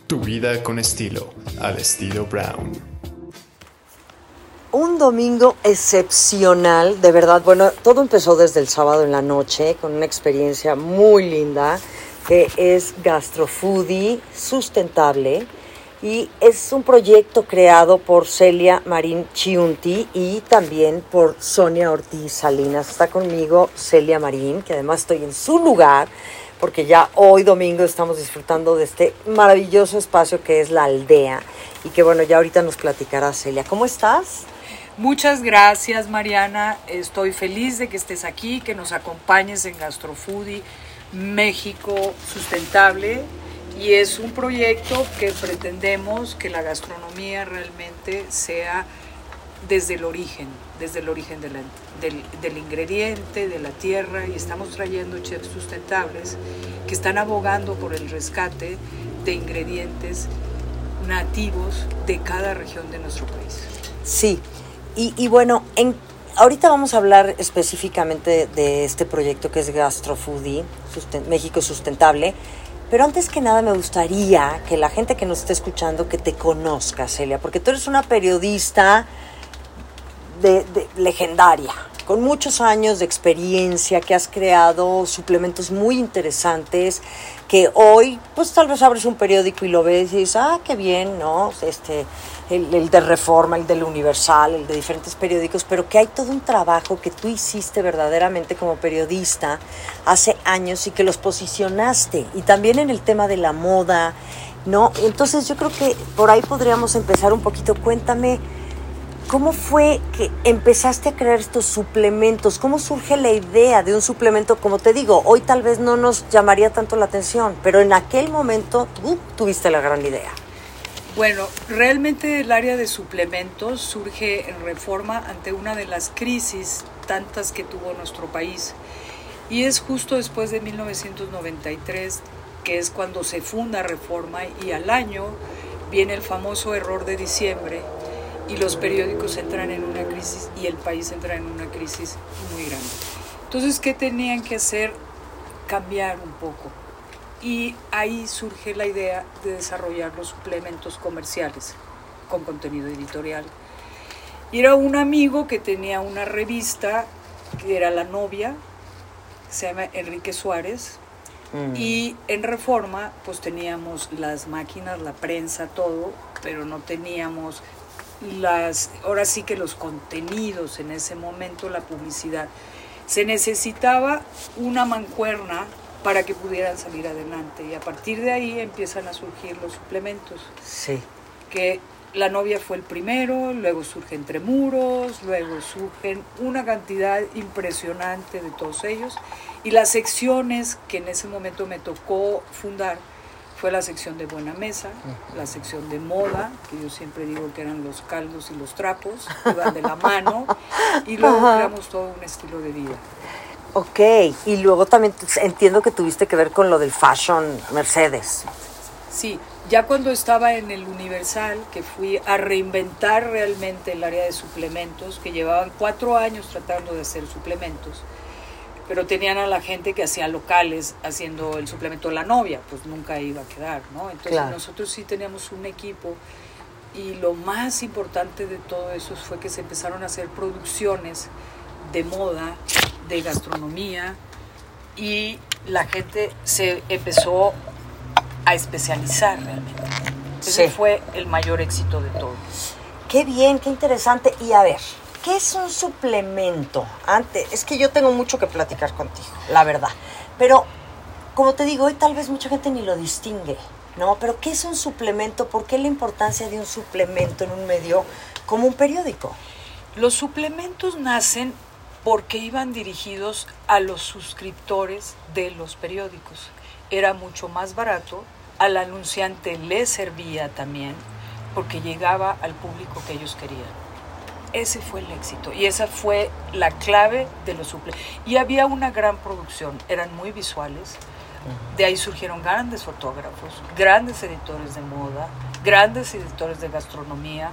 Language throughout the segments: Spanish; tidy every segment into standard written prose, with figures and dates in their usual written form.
Tu vida con estilo, al estilo Brown. Un domingo excepcional, de verdad. Bueno, todo empezó desde el sábado en la noche con una experiencia muy linda que es Gastrofoodie Sustentable y es un proyecto creado por Celia Marín Chiunti y también por Sonia Ortiz Salinas. Está conmigo Celia Marín, que además estoy en su lugar porque ya hoy domingo estamos disfrutando de este maravilloso espacio que es la aldea y que bueno, ya ahorita nos platicará Celia. ¿Cómo estás? Muchas gracias, Mariana. Estoy feliz de que estés aquí, que nos acompañes en Gastrofoodie México Sustentable. Y es un proyecto que pretendemos que la gastronomía realmente sea desde el origen del ingrediente, de la tierra. Y estamos trayendo chefs sustentables que están abogando por el rescate de ingredientes nativos de cada región de nuestro país. Sí. Y bueno, ahorita vamos a hablar específicamente de este proyecto que es Gastrofoodie, México Sustentable, pero antes que nada me gustaría que la gente que nos esté escuchando que te conozca, Celia, porque tú eres una periodista de legendaria, con muchos años de experiencia, que has creado suplementos muy interesantes, que hoy, pues tal vez abres un periódico y lo ves y dices, qué bien, ¿no? El de Reforma, el del Universal, el de diferentes periódicos, pero que hay todo un trabajo que tú hiciste verdaderamente como periodista hace años y que los posicionaste, y también en el tema de la moda, ¿no? Entonces yo creo que por ahí podríamos empezar un poquito. Cuéntame, ¿cómo fue que empezaste a crear estos suplementos? ¿Cómo surge la idea de un suplemento? Como te digo, hoy tal vez no nos llamaría tanto la atención, pero en aquel momento tú tuviste la gran idea. Bueno, realmente el área de suplementos surge en Reforma ante una de las crisis tantas que tuvo nuestro país. Y es justo después de 1993, que es cuando se funda Reforma, y al año viene el famoso error de diciembre, y los periódicos entran en una crisis y el país entra en una crisis muy grande. Entonces, ¿qué tenían que hacer? Cambiar un poco. Y ahí surge la idea de desarrollar los suplementos comerciales con contenido editorial. Y era un amigo que tenía una revista que era La Novia, que se llama Enrique Suárez, y en Reforma pues teníamos las máquinas, la prensa, todo, pero no teníamos ahora sí que los contenidos en ese momento, la publicidad. Se necesitaba una mancuerna para que pudieran salir adelante, y a partir de ahí empiezan a surgir los suplementos. Sí. Que La Novia fue el primero, luego surge Entre Muros, luego surgen una cantidad impresionante de todos ellos, y las secciones que en ese momento me tocó fundar fue la sección de Buena Mesa, la sección de moda, que yo siempre digo que eran los caldos y los trapos, iban de la mano, y luego creamos todo un estilo de vida. Ok, y luego también entiendo que tuviste que ver con lo del fashion Mercedes. Sí, ya cuando estaba en el Universal, que fui a reinventar realmente el área de suplementos, que llevaban 4 años tratando de hacer suplementos, pero tenían a la gente que hacía locales haciendo el suplemento de La Novia, pues nunca iba a quedar, ¿no? Entonces claro, nosotros sí teníamos un equipo, y lo más importante de todo eso fue que se empezaron a hacer producciones de moda, de gastronomía, y la gente se empezó a especializar realmente. Ese fue el mayor éxito de todo. Qué bien, qué interesante. Y a ver, ¿qué es un suplemento? Es que yo tengo mucho que platicar contigo, la verdad. Pero, como te digo, hoy tal vez mucha gente ni lo distingue, ¿no? Pero ¿qué es un suplemento? ¿Por qué la importancia de un suplemento en un medio como un periódico? Los suplementos nacen porque iban dirigidos a los suscriptores de los periódicos. Era mucho más barato, al anunciante le servía también, porque llegaba al público que ellos querían. Ese fue el éxito, y esa fue la clave de los suplementos. Y había una gran producción, eran muy visuales. De ahí surgieron grandes fotógrafos, grandes editores de moda, grandes editores de gastronomía,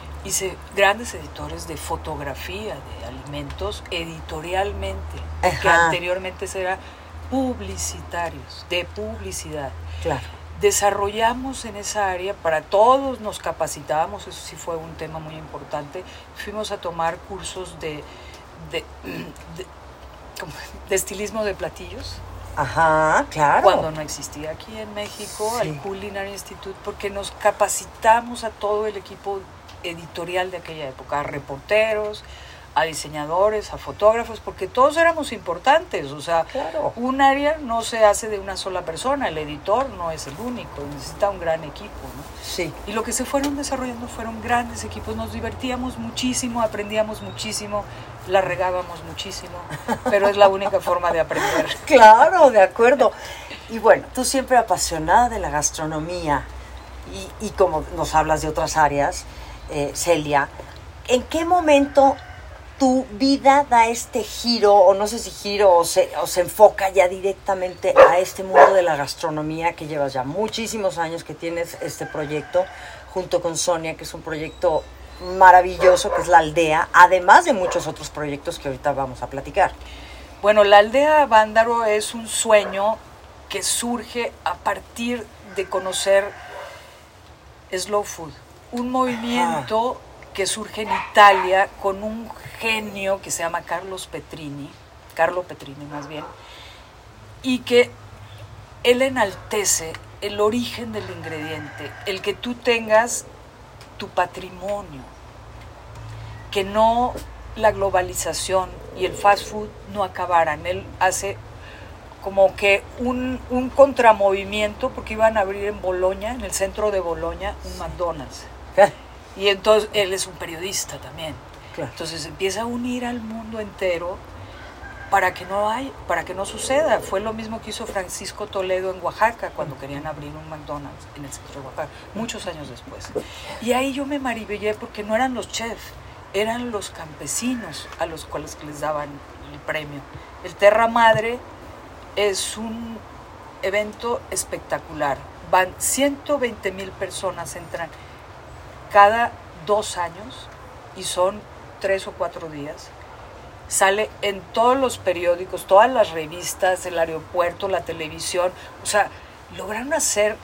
grandes editores de fotografía, de alimentos, editorialmente, que anteriormente eran publicitarios, de publicidad. Claro. Desarrollamos en esa área, para todos nos capacitábamos, eso sí fue un tema muy importante. Fuimos a tomar cursos de estilismo de platillos. Ajá, claro. Cuando no existía aquí en México, Sí. al Culinary Institute, porque nos capacitamos a todo el equipo editorial de aquella época, a reporteros, a diseñadores, a fotógrafos, porque todos éramos importantes. O sea, Claro. un área no se hace de una sola persona, el editor no es el único, necesita un gran equipo, ¿no? Sí. Y lo que se fueron desarrollando fueron grandes equipos, nos divertíamos muchísimo, aprendíamos muchísimo, la regábamos muchísimo, pero es la única forma de aprender. Claro, de acuerdo. Y bueno, tú siempre apasionada de la gastronomía y como nos hablas de otras áreas, Celia, ¿en qué momento tu vida da este giro, o no sé si giro, o se enfoca ya directamente a este mundo de la gastronomía, que llevas ya muchísimos años que tienes este proyecto junto con Sonia, que es un proyecto maravilloso, que es La Aldea, además de muchos otros proyectos que ahorita vamos a platicar? Bueno, la aldea Avándaro es un sueño que surge a partir de conocer Slow Food, un movimiento que surge en Italia con un genio que se llama Carlo Petrini más bien, y que él enaltece el origen del ingrediente, el que tú tengas tu patrimonio, que no la globalización y el fast food no acabaran. Él hace como que un contramovimiento, porque iban a abrir en Bolonia, en el centro de Bolonia, un McDonald's. Y entonces él es un periodista también. Claro. Entonces empieza a unir al mundo entero para que no suceda. Fue lo mismo que hizo Francisco Toledo en Oaxaca cuando querían abrir un McDonald's en el centro de Oaxaca, muchos años después. Y ahí yo me maravillé porque no eran los chefs, eran los campesinos a los cuales les daban el premio. El Terra Madre es un evento espectacular. Van 120,000 personas, entran cada 2 años y son 3 o 4 días. Sale en todos los periódicos, todas las revistas, el aeropuerto, la televisión. O sea, lograron hacer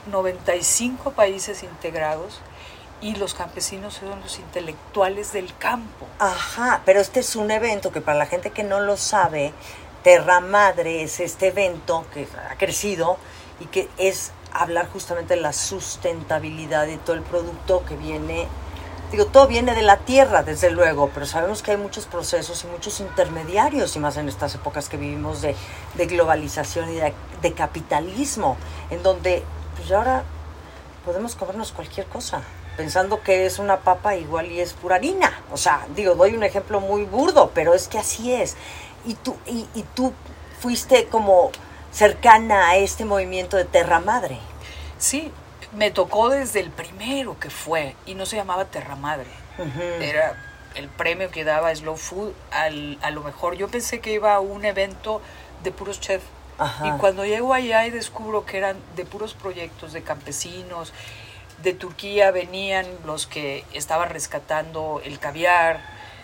95 países integrados y los campesinos son los intelectuales del campo. Ajá, pero este es un evento que para la gente que no lo sabe, Terra Madre es este evento que ha crecido y que es hablar justamente de la sustentabilidad de todo el producto que viene. Digo, todo viene de la tierra, desde luego, pero sabemos que hay muchos procesos y muchos intermediarios, y más en estas épocas que vivimos de globalización y de capitalismo, en donde pues ahora podemos comernos cualquier cosa, pensando que es una papa igual y es pura harina. O sea, digo, doy un ejemplo muy burdo, pero es que así es. Y tú fuiste como cercana a este movimiento de Terra Madre. Sí, me tocó desde el primero que fue, y no se llamaba Terra Madre. Uh-huh. Era el premio que daba Slow Food. A lo mejor yo pensé que iba a un evento de puros chefs. Ajá. Y cuando llego allá y descubro que eran de puros proyectos de campesinos. De Turquía venían los que estaban rescatando el caviar,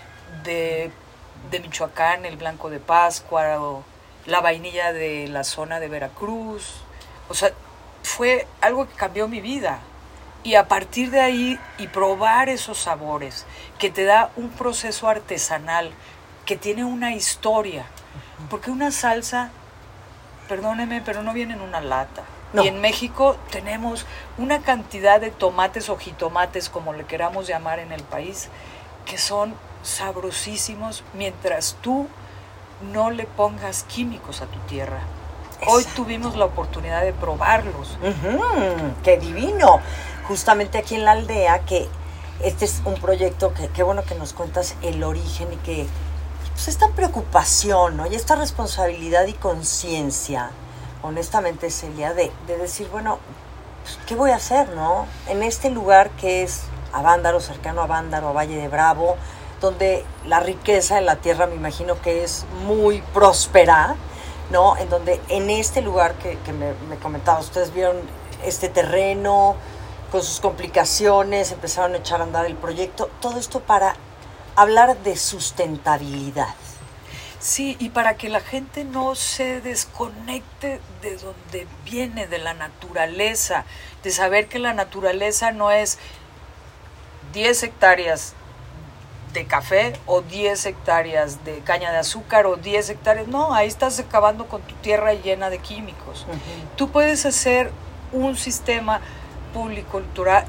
de Michoacán el blanco de Pascua, o la vainilla de la zona de Veracruz. O sea, fue algo que cambió mi vida. Y a partir de ahí, y probar esos sabores, que te da un proceso artesanal, que tiene una historia. Porque una salsa, perdóneme, pero no viene en una lata. No. Y en México tenemos una cantidad de tomates o jitomates, como le queramos llamar en el país, que son sabrosísimos mientras tú no le pongas químicos a tu tierra. Exacto. Hoy tuvimos la oportunidad de probarlos. Uh-huh, ¡qué divino! Justamente aquí en La Aldea, que este es un proyecto que qué bueno que nos cuentas el origen y que pues esta preocupación, ¿no? Y esta responsabilidad y conciencia, honestamente, Celia, de decir, bueno, pues, ¿qué voy a hacer, no? En este lugar que es Avándaro, cercano a Avándaro, a Valle de Bravo, donde la riqueza de la tierra me imagino que es muy próspera, ¿no? En donde en este lugar que me comentaba, ustedes vieron este terreno con sus complicaciones, empezaron a echar a andar el proyecto, todo esto para hablar de sustentabilidad. Sí, y para que la gente no se desconecte de donde viene, de la naturaleza, de saber que la naturaleza no es 10 hectáreas de café o 10 hectáreas de caña de azúcar o 10 hectáreas, no, ahí estás acabando con tu tierra llena de químicos. Tú puedes hacer un sistema policultural,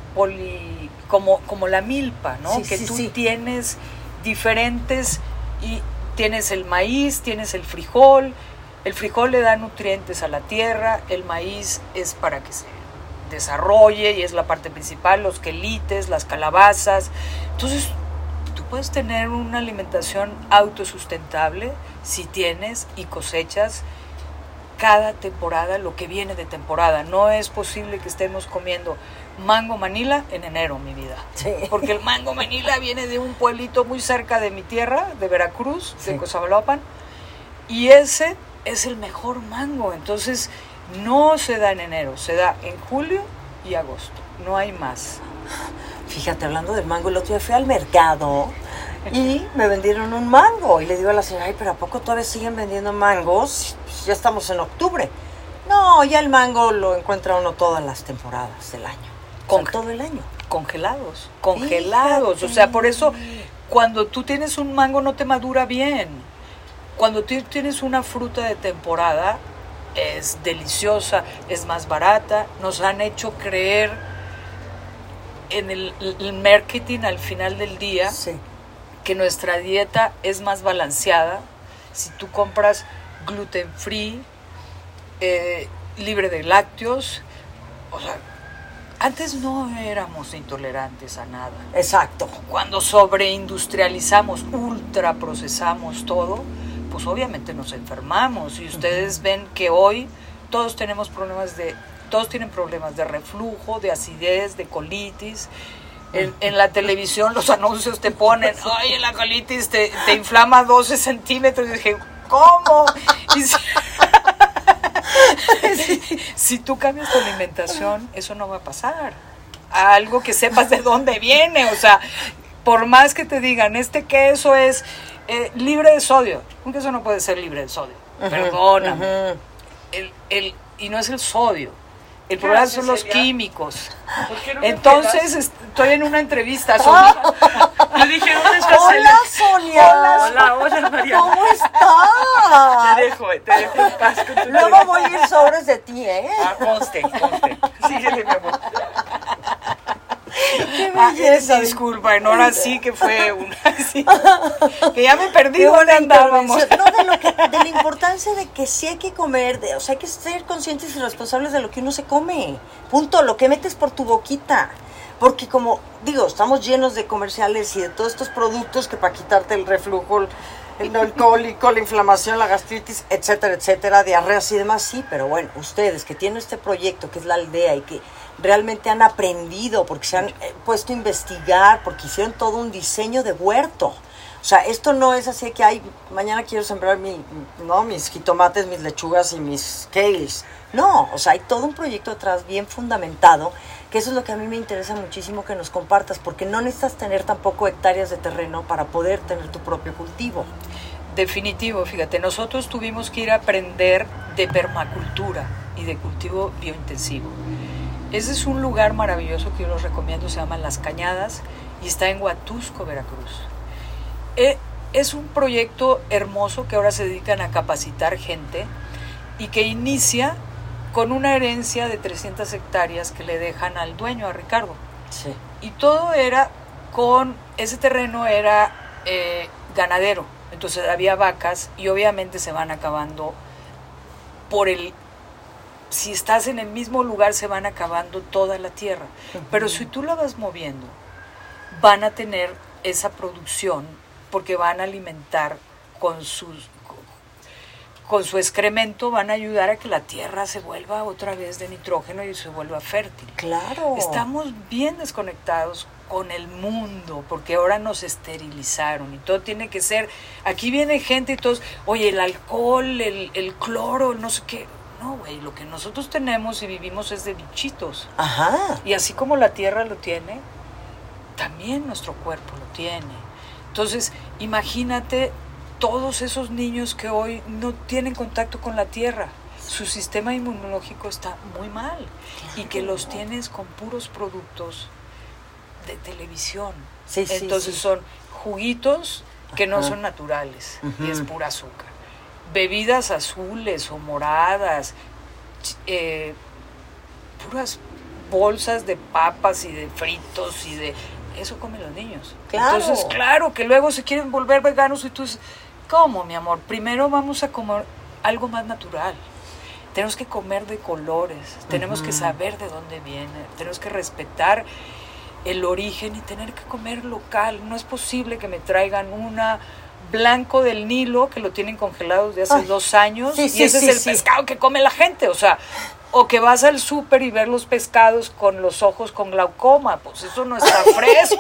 como la milpa, ¿no? Que tú tienes diferentes, y tienes el maíz, tienes el frijol le da nutrientes a la tierra, el maíz es para que se desarrolle y es la parte principal, los quelites, las calabazas. Entonces tú puedes tener una alimentación autosustentable si tienes y cosechas cada temporada lo que viene de temporada. No es posible que estemos comiendo mango Manila en enero, mi vida. Sí. Porque el mango Manila viene de un pueblito muy cerca de mi tierra, de Veracruz, de Cosamaloapan, y ese es el mejor mango. Entonces no se da en enero, se da en julio y agosto. No hay más. Fíjate, hablando del mango, el otro día fui al mercado y me vendieron un mango. Y le digo a la señora, ay, pero ¿a poco todavía siguen vendiendo mangos? Pues ya estamos en octubre. No, ya el mango lo encuentra uno todas las temporadas del año. Todo el año. Congelados. Fíjate. O sea, por eso cuando tú tienes un mango no te madura bien. Cuando tú tienes una fruta de temporada es deliciosa, es más barata. Nos han hecho creer en el marketing al final del día que nuestra dieta es más balanceada si tú compras gluten free, libre de lácteos. O sea, antes no éramos intolerantes a nada. Exacto. Cuando sobreindustrializamos, ultraprocesamos todo, pues obviamente nos enfermamos. Y ustedes ven que hoy todos tienen problemas de reflujo, de acidez, de colitis. En la televisión los anuncios te ponen, ay, la colitis te inflama 12 centímetros. Y dije, ¿cómo? Y si tú cambias tu alimentación, eso no va a pasar. Algo que sepas de dónde viene. O sea, por más que te digan, este queso es libre de sodio. Un queso no puede ser libre de sodio. Perdóname. Y no es el sodio. El problema son los químicos. No. Entonces estoy en una entrevista. Yo dije, ¿dónde estás? Hola, Sonia. Hola, María. ¿Cómo estás? Te dejo en paz con tu Luego voy a ir sobres de ti, ¿eh? Conste. Síguele, mi amor. Qué belleza. Disculpa, ahora sí que fue que ya me perdí dónde andábamos. No, de la importancia de que sí hay que comer, o sea, hay que ser conscientes y responsables de lo que uno se come. Punto, lo que metes por tu boquita. Porque como digo, estamos llenos de comerciales y de todos estos productos que para quitarte el reflujo, el cólico, la inflamación, la gastritis, etcétera, diarreas y demás, sí, pero bueno, ustedes que tienen este proyecto que es la aldea y que realmente han aprendido, porque se han puesto a investigar, porque hicieron todo un diseño de huerto. O sea, esto no es así que, ay, mañana quiero sembrar mis jitomates, mis lechugas y mis kales. No, o sea, hay todo un proyecto atrás bien fundamentado, que eso es lo que a mí me interesa muchísimo que nos compartas, porque no necesitas tener tampoco hectáreas de terreno para poder tener tu propio cultivo. Definitivo, fíjate, nosotros tuvimos que ir a aprender de permacultura y de cultivo biointensivo. Ese es un lugar maravilloso que yo los recomiendo, se llama Las Cañadas y está en Huatusco, Veracruz. Es un proyecto hermoso que ahora se dedican a capacitar gente y que inicia con una herencia de 300 hectáreas que le dejan al dueño, a Ricardo. Sí. Y todo ese terreno era ganadero, entonces había vacas y obviamente se van acabando si estás en el mismo lugar se van acabando toda la tierra. Pero si tú la vas moviendo, van a tener esa producción porque van a alimentar con su excremento, van a ayudar a que la tierra se vuelva otra vez de nitrógeno y se vuelva fértil. Claro. Estamos bien desconectados con el mundo porque ahora nos esterilizaron y todo tiene que ser, aquí viene gente y todos, oye, el alcohol, el cloro, no sé qué. No, güey, lo que nosotros tenemos y vivimos es de bichitos. Ajá. Y así como la tierra lo tiene, también nuestro cuerpo lo tiene. Entonces, imagínate todos esos niños que hoy no tienen contacto con la tierra, su sistema inmunológico está muy mal, y que los tienes con puros productos de televisión. Entonces son juguitos que no son naturales, y es pura azúcar. Bebidas azules o moradas, puras bolsas de papas y de fritos y de... Eso comen los niños. Claro. Entonces, claro, que luego se quieren volver veganos y tú dices, ¿cómo, mi amor? Primero vamos a comer algo más natural. Tenemos que comer de colores, tenemos que saber de dónde viene, tenemos que respetar el origen y tener que comer local. No es posible que me traigan una blanco del Nilo, que lo tienen congelado desde hace 2 años, y ese es el pescado que come la gente, o sea... O que vas al súper y ver los pescados con los ojos con glaucoma, pues eso no está fresco.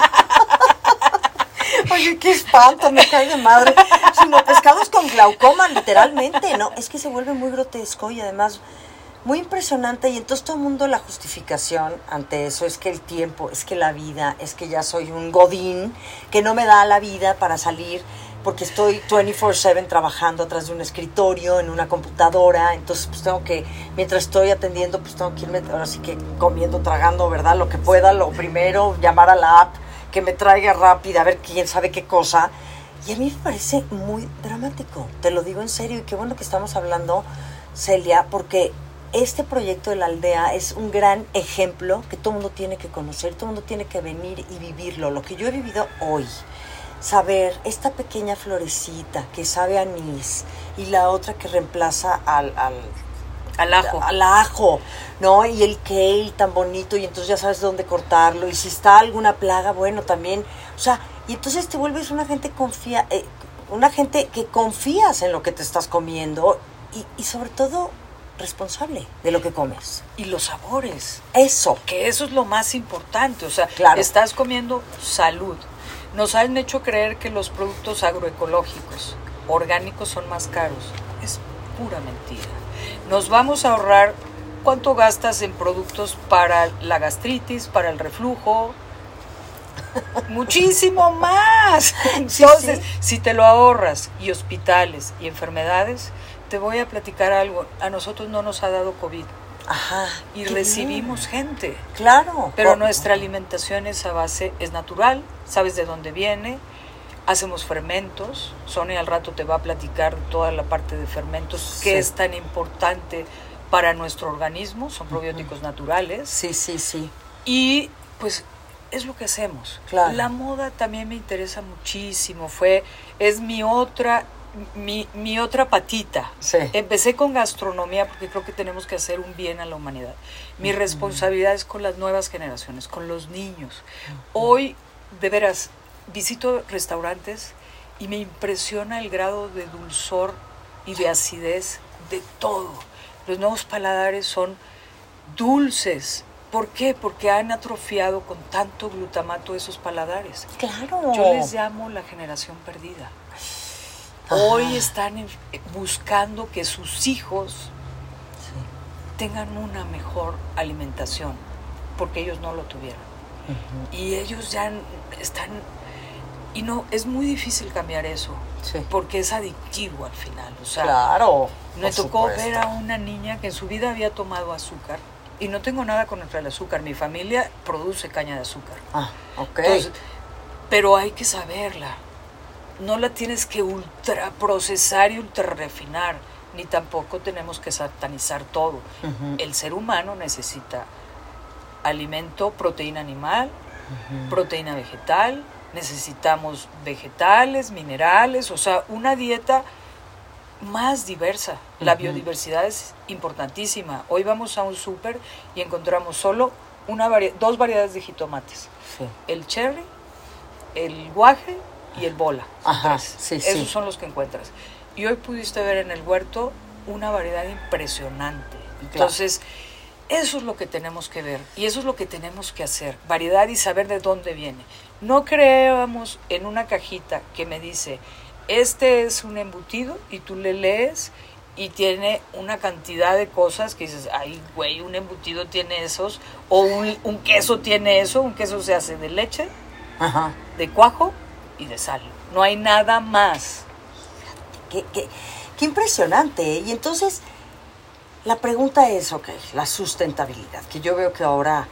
Oye, qué espanto, me cae de madre. Sino pescados con glaucoma, literalmente, ¿no? Es que se vuelve muy grotesco y además muy impresionante. Y entonces todo el mundo, la justificación ante eso es que el tiempo, es que la vida, es que ya soy un godín, que no me da la vida para salir, porque estoy 24/7 trabajando atrás de un escritorio, en una computadora, entonces pues tengo que, mientras estoy atendiendo, pues tengo que irme, ahora sí que comiendo, tragando, ¿verdad? Lo que pueda, lo primero, llamar a la app, que me traiga rápida, a ver quién sabe qué cosa. Y a mí me parece muy dramático, te lo digo en serio, y qué bueno que estamos hablando, Celia, porque este proyecto de la aldea es un gran ejemplo que todo el mundo tiene que conocer, todo el mundo tiene que venir y vivirlo, lo que yo he vivido hoy. Saber esta pequeña florecita que sabe a anís y la otra que reemplaza al ajo, ¿no? Y el kale tan bonito, y entonces ya sabes dónde cortarlo, y si está alguna plaga, bueno, también, o sea, y entonces te vuelves una gente una gente que confías en lo que te estás comiendo y sobre todo responsable de lo que comes. Y los sabores. Eso. Que eso es lo más importante, o sea, claro. Estás comiendo salud. Nos han hecho creer que los productos agroecológicos, orgánicos, son más caros. Es pura mentira. Nos vamos a ahorrar, ¿cuánto gastas en productos para la gastritis, para el reflujo? Muchísimo más. Entonces, si te lo ahorras, y hospitales y enfermedades, te voy a platicar algo. A nosotros no nos ha dado COVID. Ajá, y recibimos gente. Claro. Pero nuestra alimentación es a base, es natural, sabes de dónde viene, hacemos fermentos. Sonia al rato te va a platicar toda la parte de fermentos, que es tan importante para nuestro organismo, son probióticos naturales. Sí. Y pues es lo que hacemos. Claro. La moda también me interesa muchísimo, es mi otra patita. Sí. Empecé con gastronomía porque creo que tenemos que hacer un bien a la humanidad. Mi responsabilidad es con las nuevas generaciones, con los niños. Hoy, de veras, visito restaurantes y me impresiona el grado de dulzor y de acidez de todo. Los nuevos paladares son dulces. ¿Por qué? Porque han atrofiado con tanto glutamato esos paladares. Claro. Yo les llamo la generación perdida. Hoy están buscando que sus hijos tengan una mejor alimentación, porque ellos no lo tuvieron. Y ellos ya están... Y no, es muy difícil cambiar eso, porque es adictivo al final. O sea, claro. Me tocó ver a una niña que en su vida había tomado azúcar, y no tengo nada contra el azúcar, mi familia produce caña de azúcar. Entonces, pero hay que saberla. No la tienes que ultraprocesar y ultrarrefinar, ni tampoco tenemos que satanizar todo. El ser humano necesita alimento, proteína animal, proteína vegetal, necesitamos vegetales, minerales, o sea, una dieta más diversa. La biodiversidad es importantísima. Hoy vamos a un súper y encontramos solo 2 variedades de jitomates. El cherry, el guaje y el bola. Esos son los que encuentras. Y hoy pudiste ver en el huerto una variedad impresionante. Entonces, eso es lo que tenemos que ver y eso es lo que tenemos que hacer. Variedad y saber de dónde viene. No creamos en una cajita que me dice, este es un embutido, y tú le lees y tiene una cantidad de cosas que dices, ay, güey, un embutido tiene esos, o un queso tiene eso. Un queso se hace de leche, de cuajo y de sal. No hay nada más. Qué impresionante, ¿eh? Y entonces, la pregunta es, la sustentabilidad, que yo veo que ahora,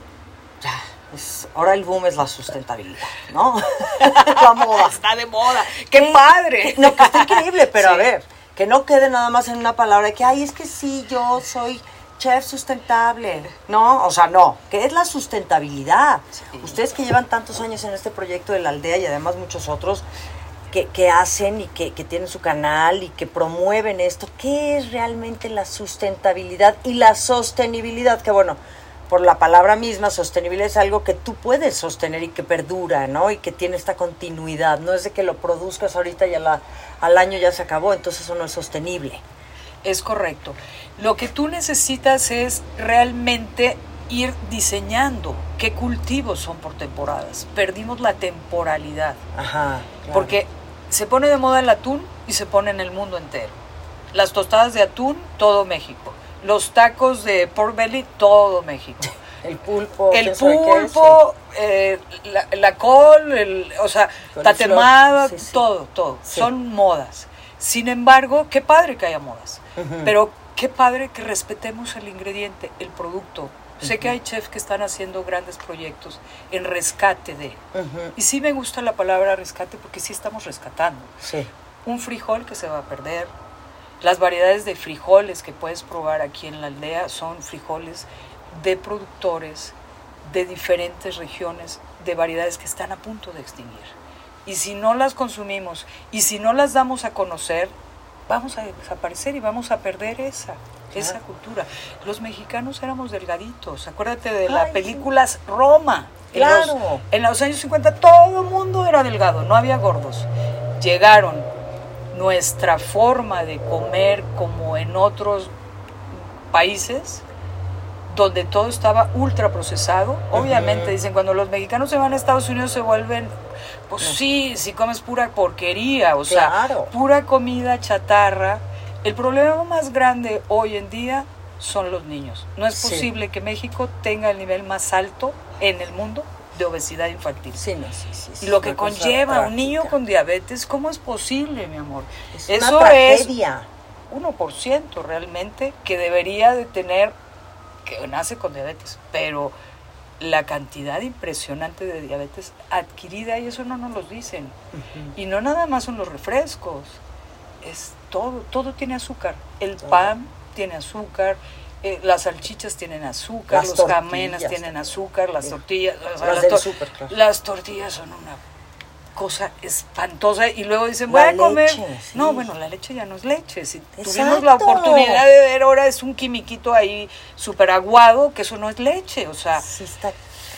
ahora el boom es la sustentabilidad, ¿no? La moda. Está de moda. ¡Qué padre! No, que está increíble, pero Sí. a ver, que no quede nada más en una palabra de que, ay, es que sí, yo soy chef sustentable. No, o sea, no, ¿qué es la sustentabilidad? Sí. Ustedes que llevan tantos años en este proyecto de la aldea y además muchos otros que hacen y que tienen su canal y que promueven esto, ¿qué es realmente la sustentabilidad y la sostenibilidad? Que bueno, por la palabra misma, sostenibilidad es algo que tú puedes sostener y que perdura, ¿no? Y que tiene esta continuidad, no es de que lo produzcas ahorita y al año ya se acabó, entonces eso no es sostenible. Es correcto. Lo que tú necesitas es realmente ir diseñando qué cultivos son por temporadas. Perdimos la temporalidad. Ajá, claro. Porque se pone de moda el atún y se pone en el mundo entero. Las tostadas de atún, todo México. Los tacos de pork belly, todo México. El pulpo. El pulpo, la col, o sea, tatemada, sí, sí. todo. Sí. Son modas. Sin embargo, qué padre que haya modas. Uh-huh. Pero qué padre que respetemos el ingrediente, el producto. Sé que hay chefs que están haciendo grandes proyectos en rescate de. Uh-huh. Y sí me gusta la palabra rescate porque sí estamos rescatando. Sí. Un frijol que se va a perder. Las variedades de frijoles que puedes probar aquí en la aldea son frijoles de productores de diferentes regiones, de variedades que están a punto de extinguir. Y si no las consumimos y si no las damos a conocer, vamos a desaparecer y vamos a perder esa cultura. Los mexicanos éramos delgaditos. Acuérdate de las películas Roma. Claro. En los años 50 todo el mundo era delgado, no había gordos. Llegaron nuestra forma de comer como en otros países donde todo estaba ultra procesado. Obviamente dicen, cuando los mexicanos se van a Estados Unidos se vuelven, pues sí comes pura porquería, o sea, pura comida chatarra. El problema más grande hoy en día son los niños. No es posible que México tenga el nivel más alto en el mundo de obesidad infantil. Sí. Y lo que conlleva un niño con diabetes, ¿cómo es posible, mi amor? Es una tragedia. Es 1% realmente que debería de tener, que nace con diabetes, pero la cantidad impresionante de diabetes adquirida, y eso no nos lo dicen. Uh-huh. Y no nada más son los refrescos, es todo tiene azúcar. El pan tiene azúcar, las salchichas tienen azúcar, los jamenas tienen azúcar, las tortillas, las tortillas son una cosa espantosa, y luego dicen, voy a comer. No, bueno, la leche ya no es leche. Si tuvimos la oportunidad de ver ahora, es un quimiquito ahí súper aguado, que eso no es leche, o sea. Sí, está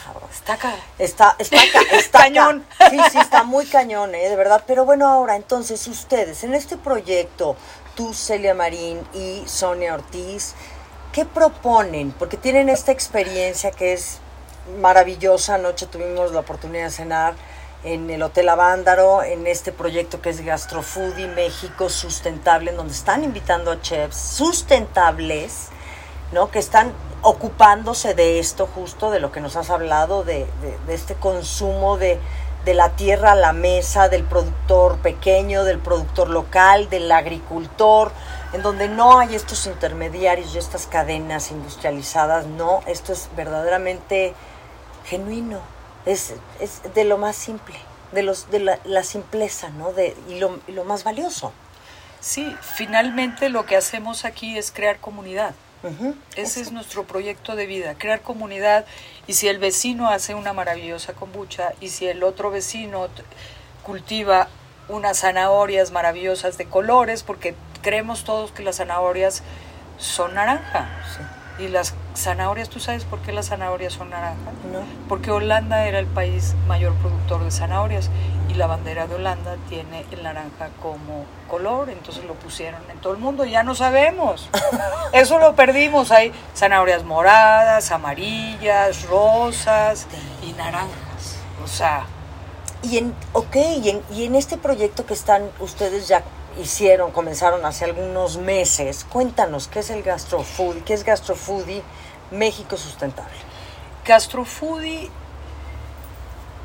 cañón. Sí, está muy cañón, de verdad. Pero bueno, ahora, entonces, ustedes, en este proyecto, tú, Celia Marín y Sonia Ortiz, ¿qué proponen? Porque tienen esta experiencia que es maravillosa. Anoche tuvimos la oportunidad de cenar en el Hotel Avándaro, en este proyecto que es Gastrofoodie México Sustentable, en donde están invitando a chefs sustentables, ¿no? Que están ocupándose de esto, justo de lo que nos has hablado, de este consumo de la tierra a la mesa, del productor pequeño, del productor local, del agricultor, en donde no hay estos intermediarios y estas cadenas industrializadas. No, esto es verdaderamente genuino, es de lo más simple, de la simpleza, ¿no? Y lo más valioso. Sí, finalmente lo que hacemos aquí es crear comunidad. Uh-huh. Ese es nuestro proyecto de vida, crear comunidad. Y si el vecino hace una maravillosa kombucha, y si el otro vecino cultiva unas zanahorias maravillosas de colores, porque creemos todos que las zanahorias son naranja. Sí. Y las zanahorias, ¿tú sabes por qué las zanahorias son naranja? No. Porque Holanda era el país mayor productor de zanahorias, y la bandera de Holanda tiene el naranja como color, entonces lo pusieron en todo el mundo. Ya no sabemos, eso lo perdimos. Hay zanahorias moradas, amarillas, rosas y naranjas, o sea. Y en este proyecto que están ustedes ya comenzaron hace algunos meses, cuéntanos, ¿qué es el Gastrofoodie? ¿Qué es Gastrofoodie México Sustentable? Gastrofoodie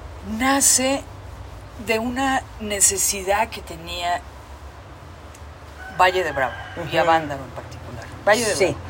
nace de una necesidad que tenía Valle de Bravo y a Vándaro en particular. Valle de Bravo.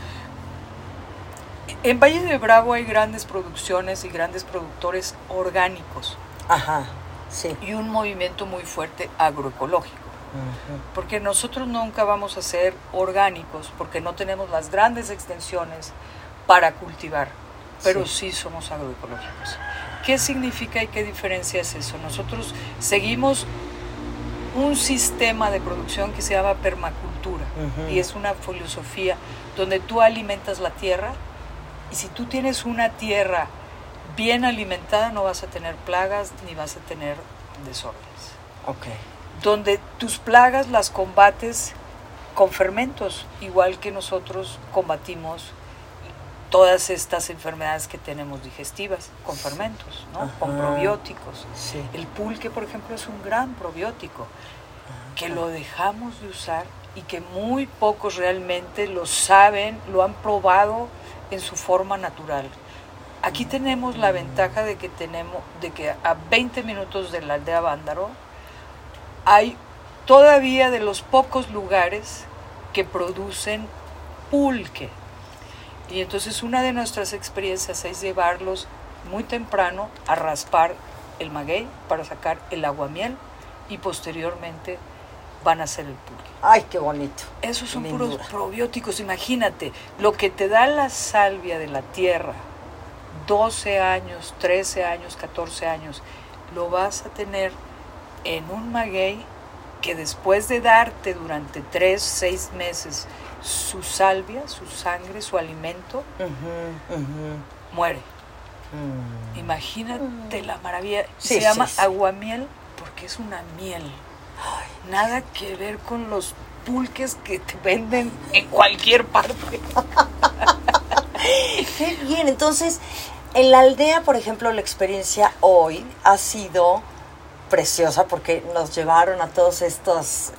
En Valle de Bravo hay grandes producciones y grandes productores orgánicos. Ajá, sí. Y un movimiento muy fuerte agroecológico. Porque nosotros nunca vamos a ser orgánicos porque no tenemos las grandes extensiones para cultivar, pero sí somos agroecológicos. ¿Qué significa y qué diferencia es eso? Nosotros seguimos un sistema de producción que se llama permacultura y es una filosofía donde tú alimentas la tierra y si tú tienes una tierra bien alimentada no vas a tener plagas ni vas a tener desórdenes. Okay. Donde tus plagas las combates con fermentos, igual que nosotros combatimos todas estas enfermedades que tenemos digestivas, con fermentos, ¿no? Con probióticos. Sí. El pulque, por ejemplo, es un gran probiótico, que lo dejamos de usar y que muy pocos realmente lo saben, lo han probado en su forma natural. Aquí tenemos la ventaja de que a 20 minutos de la aldea Vándaro hay todavía de los pocos lugares que producen pulque. Y entonces una de nuestras experiencias es llevarlos muy temprano a raspar el maguey para sacar el aguamiel y posteriormente van a hacer el pulque. ¡Ay, qué bonito! Esos son puros probióticos. Imagínate, lo que te da la salvia de la tierra, 12 años, 13 años, 14 años, lo vas a tener en un maguey que después de darte durante 3, 6 meses su salvia, su sangre, su alimento, muere. Imagínate la maravilla. Se llama aguamiel porque es una miel. Nada que ver con los pulques que te venden en cualquier parte. Qué bien. Entonces, en la aldea, por ejemplo, la experiencia hoy ha sido preciosa porque nos llevaron a todos estos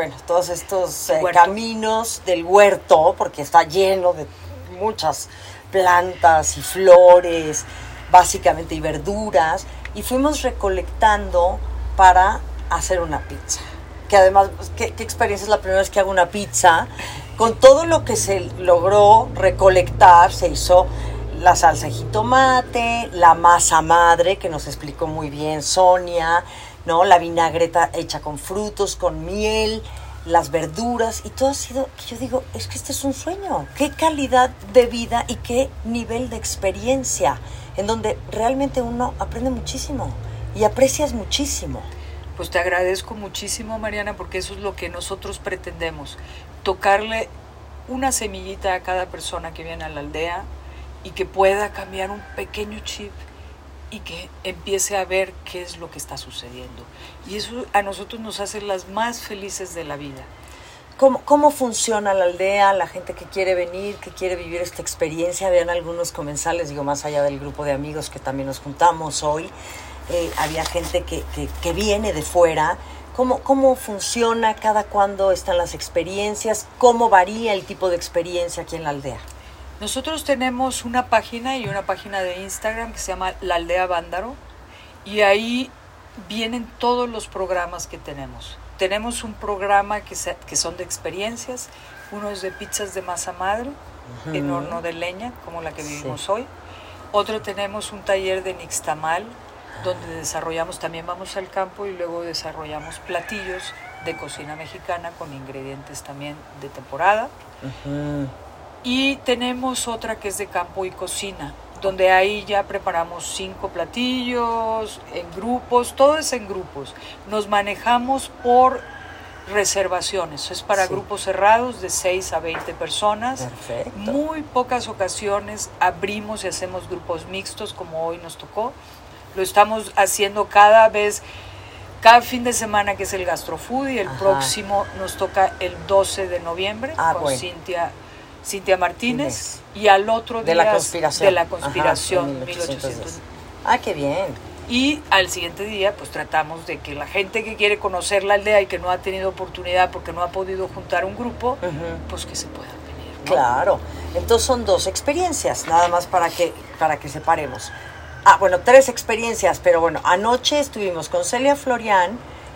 caminos del huerto, porque está lleno de muchas plantas y flores, básicamente, y verduras, y fuimos recolectando para hacer una pizza. Que además, ¿qué experiencia es la primera vez que hago una pizza? Con todo lo que se logró recolectar, se hizo la salsa de jitomate, la masa madre, que nos explicó muy bien Sonia, ¿no? La vinagreta hecha con frutos, con miel, las verduras, y todo ha sido, que yo digo, es que este es un sueño. Qué calidad de vida y qué nivel de experiencia, en donde realmente uno aprende muchísimo y aprecias muchísimo. Pues te agradezco muchísimo, Mariana, porque eso es lo que nosotros pretendemos, tocarle una semillita a cada persona que viene a la aldea y que pueda cambiar un pequeño chip y que empiece a ver qué es lo que está sucediendo. Y eso a nosotros nos hace las más felices de la vida. ¿Cómo funciona la aldea? La gente que quiere venir, que quiere vivir esta experiencia. Habían algunos comensales, digo, más allá del grupo de amigos que también nos juntamos hoy. Había gente que viene de fuera. ¿Cómo funciona? ¿Cada cuándo están las experiencias? ¿Cómo varía el tipo de experiencia aquí en la aldea? Nosotros tenemos una página de Instagram que se llama La Aldea Vándaro y ahí vienen todos los programas que tenemos. Tenemos un programa que son de experiencias, uno es de pizzas de masa madre en horno de leña, como la que vivimos hoy. Otro tenemos un taller de nixtamal, donde también vamos al campo y luego desarrollamos platillos de cocina mexicana con ingredientes también de temporada. Y tenemos otra que es de campo y cocina, donde ahí ya preparamos 5 platillos en grupos, todo es en grupos. Nos manejamos por reservaciones, es para grupos cerrados de 6 a 20 personas. Perfecto. Muy pocas ocasiones abrimos y hacemos grupos mixtos como hoy nos tocó. Lo estamos haciendo cada fin de semana que es el Gastrofoodie. El próximo nos toca el 12 de noviembre con Cintia Martínez y al otro día de la conspiración 1800. Ah, qué bien. Y al siguiente día pues tratamos de que la gente que quiere conocer la aldea y que no ha tenido oportunidad porque no ha podido juntar un grupo, pues que se puedan venir, ¿no? Claro. Entonces son 2 experiencias, nada más para que separemos. 3 experiencias, pero bueno, anoche estuvimos con Celia Florian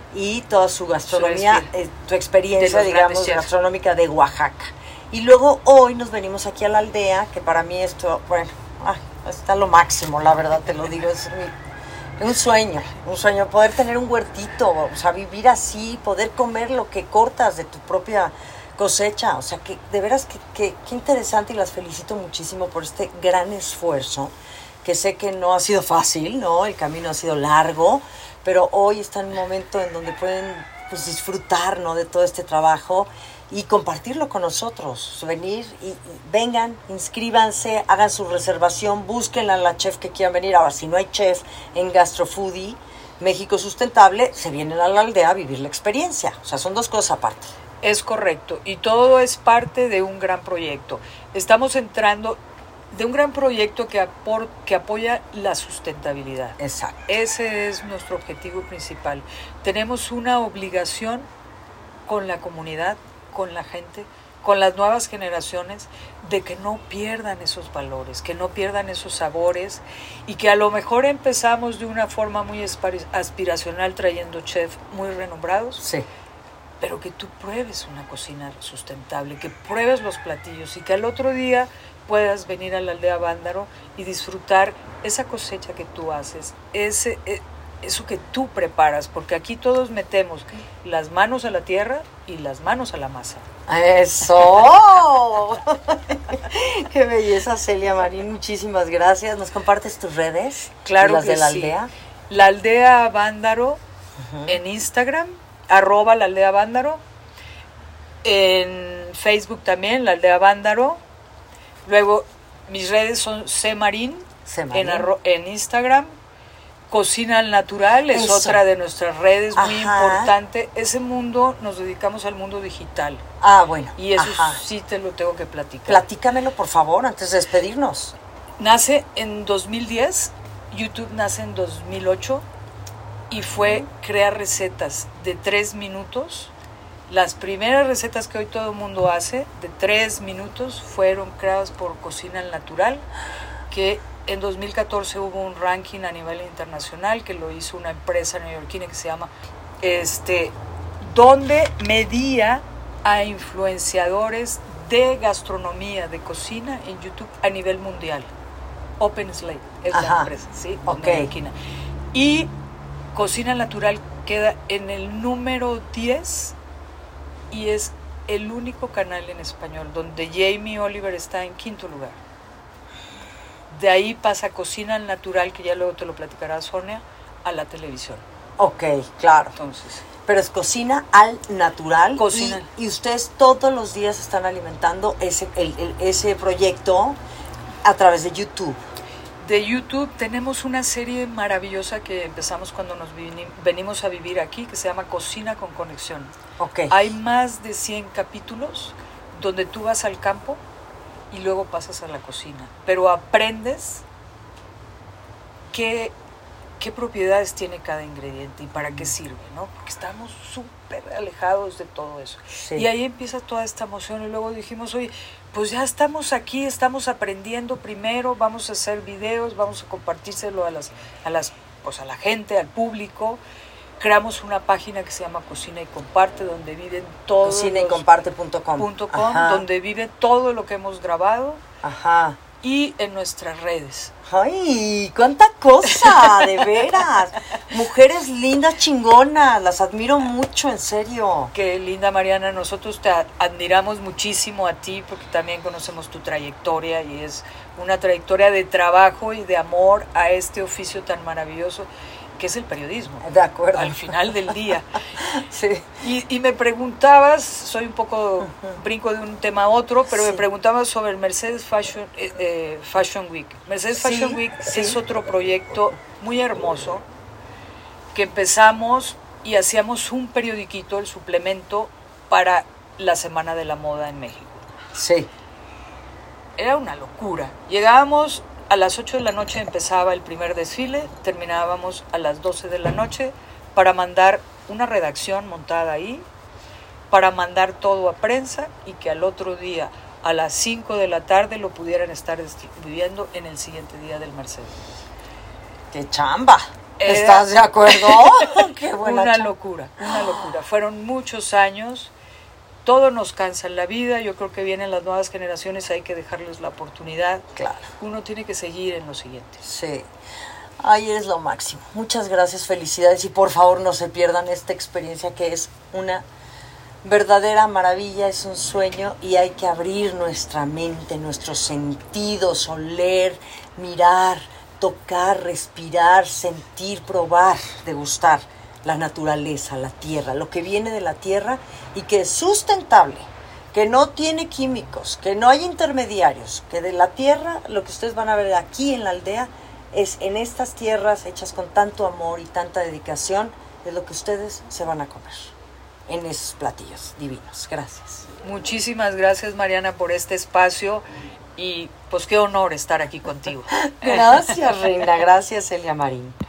y toda su gastronomía, tu experiencia, de digamos, gastronómica de Oaxaca. Y luego hoy nos venimos aquí a la aldea, que para mí esto, bueno, está lo máximo, la verdad te lo digo, es un sueño poder tener un huertito, o sea, vivir así, poder comer lo que cortas de tu propia cosecha, o sea, que de veras que interesante, y las felicito muchísimo por este gran esfuerzo, que sé que no ha sido fácil, ¿no? El camino ha sido largo, pero hoy está en un momento en donde pueden, pues, disfrutar, ¿no?, de todo este trabajo y compartirlo con nosotros, venir y vengan, inscríbanse, hagan su reservación, búsquenla a la chef que quieran venir. Ahora, si no hay chef en Gastrofoodie México Sustentable, se vienen a la aldea a vivir la experiencia, o sea, son dos cosas aparte. Es correcto, y todo es parte de un gran proyecto. Estamos entrando de un gran proyecto que apoya la sustentabilidad. Exacto. Ese es nuestro objetivo principal. Tenemos una obligación con la comunidad, con la gente, con las nuevas generaciones, de que no pierdan esos valores, que no pierdan esos sabores, y que a lo mejor empezamos de una forma muy aspiracional trayendo chefs muy renombrados. Sí. Pero que tú pruebes una cocina sustentable, que pruebes los platillos y que al otro día puedas venir a la aldea Vándaro y disfrutar esa cosecha que tú haces, eso que tú preparas, porque aquí todos metemos las manos a la tierra y las manos a la masa. ¡Eso! ¡Qué belleza, Celia Marín! Muchísimas gracias. ¿Nos compartes tus redes? Claro las que de la sí. aldea. La aldea Vándaro en Instagram, @la aldea Vándaro, en Facebook también, la aldea Vándaro. Luego mis redes son Cmarín en Instagram. Cocina al Natural es otra de nuestras redes muy importante. Ese mundo, nos dedicamos al mundo digital. Bueno. Y eso sí te lo tengo que platicar. Platícamelo, por favor, antes de despedirnos. Nace en 2010, YouTube nace en 2008 y fue crear recetas de 3 minutos. Las primeras recetas que hoy todo el mundo hace de 3 minutos fueron creadas por Cocina al Natural, que en 2014 hubo un ranking a nivel internacional que lo hizo una empresa neoyorquina que se llama, donde medía a influenciadores de gastronomía, de cocina en YouTube a nivel mundial. Open Slate es la empresa, ¿sí? Neoyorquina. Y Cocina Natural queda en el número 10 y es el único canal en español donde Jamie Oliver está en 5º lugar. De ahí pasa Cocina al Natural, que ya luego te lo platicará Sonia, a la televisión. Ok, claro. Entonces, pero es Cocina al Natural. Cocina. Y ustedes todos los días están alimentando ese proyecto a través de YouTube. De YouTube tenemos una serie maravillosa que empezamos cuando nos venimos a vivir aquí, que se llama Cocina con Conexión. Okay. Hay más de 100 capítulos donde tú vas al campo y luego pasas a la cocina, pero aprendes qué propiedades tiene cada ingrediente y para qué sirve, ¿no? Porque estamos súper alejados de todo eso. Sí. Y ahí empieza toda esta emoción y luego dijimos, oye, pues ya estamos aquí, estamos aprendiendo primero, vamos a hacer videos, vamos a compartírselo a la gente, al público. Creamos una página que se llama Cocina y Comparte, donde viven todos cocinaycomparte.com, donde vive todo lo que hemos grabado. Ajá. Y en nuestras redes. ¡Ay, cuánta cosa! De veras. Mujeres lindas, chingonas. Las admiro mucho, en serio. Qué linda, Mariana. Nosotros te admiramos muchísimo a ti porque también conocemos tu trayectoria y es una trayectoria de trabajo y de amor a este oficio tan maravilloso que es el periodismo. De acuerdo. Al final del día. Sí. Y me preguntabas, soy un poco brinco de un tema a otro, pero sí. Me preguntabas sobre el Mercedes Fashion Week. Mercedes Fashion Week es otro proyecto muy hermoso que empezamos y hacíamos un periodiquito, el suplemento, para la Semana de la Moda en México. Sí. Era una locura. Llegábamos a las 8 de la noche, empezaba el primer desfile, terminábamos a las 12 de la noche para mandar una redacción montada ahí, para mandar todo a prensa y que al otro día a las 5 de la tarde lo pudieran estar distribuyendo en el siguiente día del Mercedes. ¡Qué chamba! ¿Estás de acuerdo? Qué buena una locura. Fueron muchos años, todo nos cansa en la vida, yo creo que vienen las nuevas generaciones, hay que dejarles la oportunidad. Claro. Uno tiene que seguir en lo siguiente. Sí. Ay, eres lo máximo. Muchas gracias, felicidades y por favor no se pierdan esta experiencia que es una verdadera maravilla, es un sueño y hay que abrir nuestra mente, nuestros sentidos, oler, mirar, tocar, respirar, sentir, probar, degustar la naturaleza, la tierra, lo que viene de la tierra y que es sustentable, que no tiene químicos, que no hay intermediarios, que de la tierra, lo que ustedes van a ver aquí en la aldea, es en estas tierras hechas con tanto amor y tanta dedicación, es lo que ustedes se van a comer en esos platillos divinos. Gracias. Muchísimas gracias, Mariana, por este espacio y pues qué honor estar aquí contigo. Gracias, Reina. Gracias, Elia Marín.